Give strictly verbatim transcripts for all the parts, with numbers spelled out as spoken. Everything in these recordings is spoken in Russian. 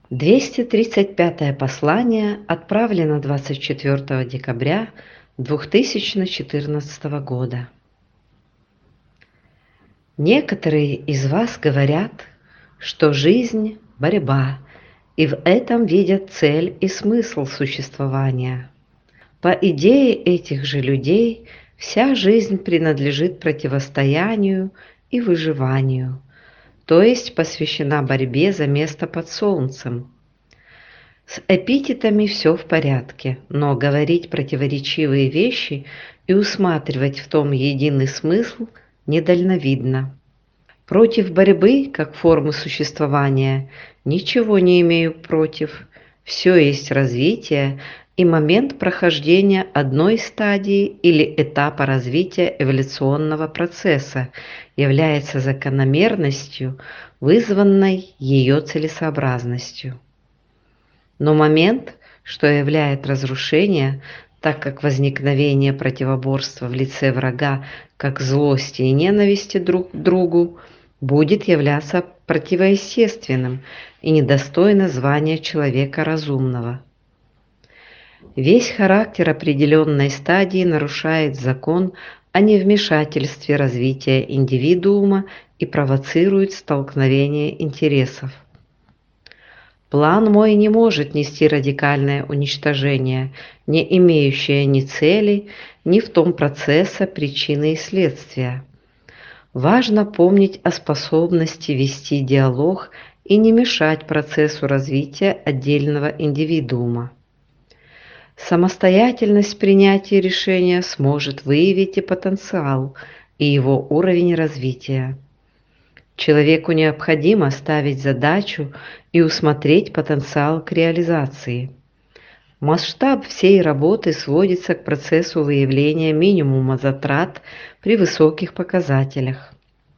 двести тридцать пятое послание отправлено двадцать четвёртого декабря две тысячи четырнадцатого года. Некоторые из вас говорят, что жизнь– борьба, и в этом видят цель и смысл существования. По идее этих же людей, вся жизнь принадлежит противостоянию и выживанию, то есть посвящена борьбе за место под солнцем. С эпитетами все в порядке, но говорить противоречивые вещи и усматривать в том единый смысл недальновидно. Против борьбы, как формы существования, ничего не имею против. Все есть развитие и момент прохождения одной стадии или этапа развития эволюционного процесса является закономерностью, вызванной ее целесообразностью. Но момент, что являет разрушение, так как возникновение противоборства в лице врага как злости и ненависти друг к другу, будет являться противоестественным и недостойно звания человека разумного. Весь характер определенной стадии нарушает закон о невмешательстве развития индивидуума и провоцирует столкновение интересов. План мой не может нести радикальное уничтожение, не имеющее ни цели, ни в том процесса причины и следствия. Важно помнить о способности вести диалог и не мешать процессу развития отдельного индивидуума. Самостоятельность принятия решения сможет выявить и потенциал, и его уровень развития. Человеку необходимо ставить задачу и усмотреть потенциал к реализации. Масштаб всей работы сводится к процессу выявления минимума затрат при высоких показателях.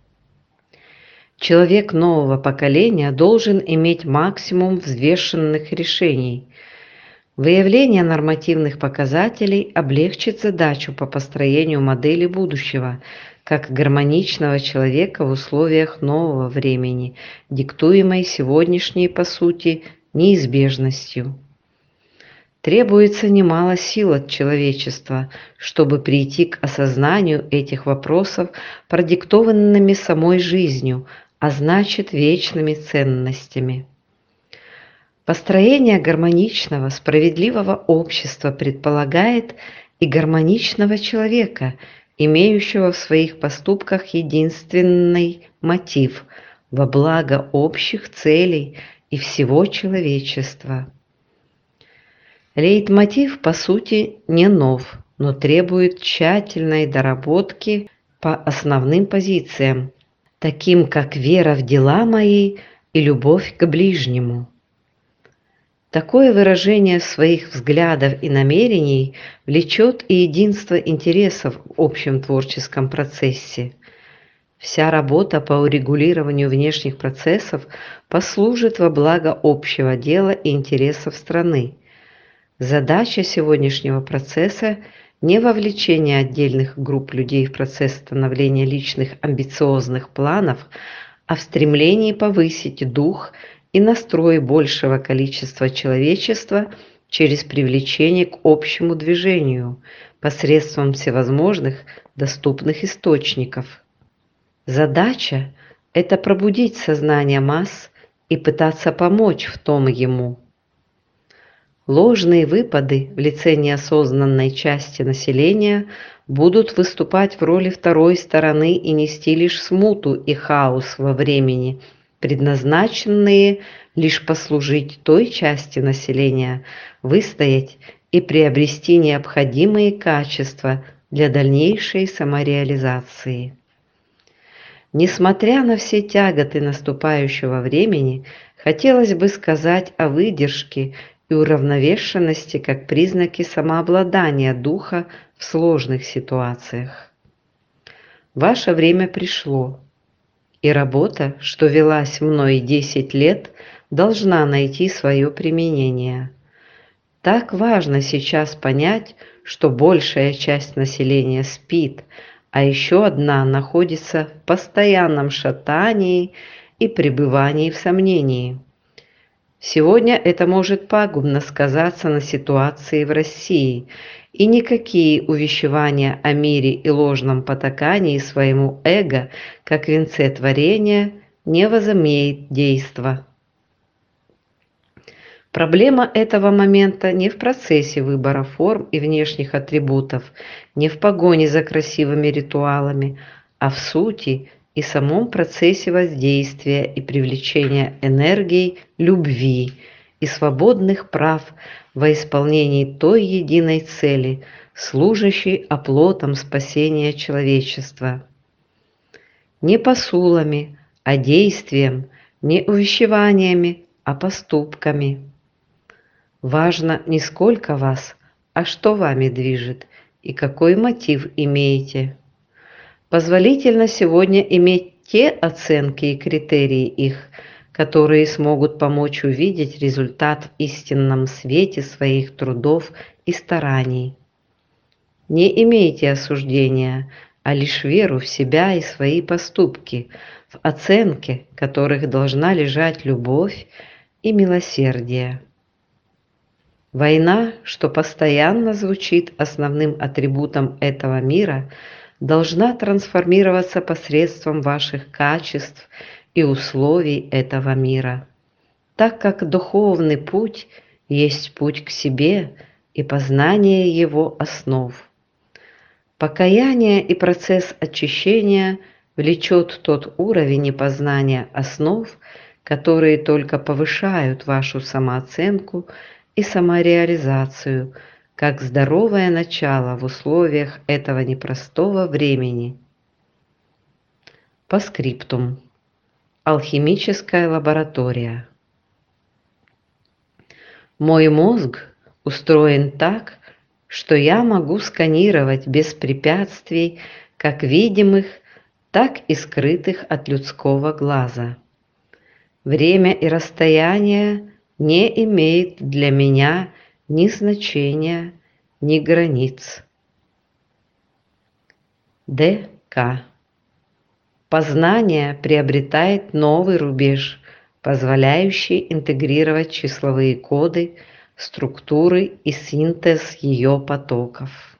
Человек нового поколения должен иметь максимум взвешенных решений. Выявление нормативных показателей облегчит задачу по построению модели будущего, как гармоничного человека в условиях нового времени, диктуемой сегодняшней, по сути, неизбежностью. Требуется немало сил от человечества, чтобы прийти к осознанию этих вопросов, продиктованными самой жизнью, а значит вечными ценностями. Построение гармоничного, справедливого общества предполагает и гармоничного человека, имеющего в своих поступках единственный мотив – во благо общих целей и всего человечества. Лейтмотив, по сути, не нов, но требует тщательной доработки по основным позициям, таким как вера в дела мои и любовь к ближнему. Такое выражение своих взглядов и намерений влечет и единство интересов в общем творческом процессе. Вся работа по урегулированию внешних процессов послужит во благо общего дела и интересов страны. Задача сегодняшнего процесса – не вовлечение отдельных групп людей в процесс становления личных амбициозных планов, а в стремлении повысить дух и настрой большего количества человечества через привлечение к общему движению посредством всевозможных доступных источников. Задача – это пробудить сознание масс и пытаться помочь в том ему. Ложные выпады в лице неосознанной части населения будут выступать в роли второй стороны и нести лишь смуту и хаос во времени, предназначенные лишь послужить той части населения, выстоять и приобрести необходимые качества для дальнейшей самореализации. Несмотря на все тяготы наступающего времени, хотелось бы сказать о выдержке и уравновешенности как признаки самообладания духа в сложных ситуациях. Ваше время пришло, и работа, что велась мной десять лет, должна найти свое применение. Так важно сейчас понять, что большая часть населения спит, а еще одна находится в постоянном шатании и пребывании в сомнении. Сегодня это может пагубно сказаться на ситуации в России, и никакие увещевания о мире и ложном потакании своему эго, как венце творения, не возымеет действа. Проблема этого момента не в процессе выбора форм и внешних атрибутов, не в погоне за красивыми ритуалами, а в сути и самом процессе воздействия и привлечения энергии любви и свободных прав во исполнении той единой цели, служащей оплотом спасения человечества. Не посулами, а действием, не увещеваниями, а поступками. Важно не сколько вас, а что вами движет и какой мотив имеете. Позволительно сегодня иметь те оценки и критерии их, которые смогут помочь увидеть результат в истинном свете своих трудов и стараний. Не имейте осуждения, а лишь веру в себя и свои поступки, в оценке которых должна лежать любовь и милосердие. Война, что постоянно звучит основным атрибутом этого мира, должна трансформироваться посредством ваших качеств и условий этого мира, так как духовный путь есть путь к себе и познание его основ. Покаяние и процесс очищения влечет тот уровень непознания основ, которые только повышают вашу самооценку и самореализацию, как здоровое начало в условиях этого непростого времени. По скриптум. Алхимическая лаборатория. Мой мозг устроен так, что я могу сканировать без препятствий как видимых, так и скрытых от людского глаза. Время и расстояние не имеет для меня ни значения, ни границ. Д К Познание приобретает новый рубеж, позволяющий интегрировать числовые коды, структуры и синтез ее потоков.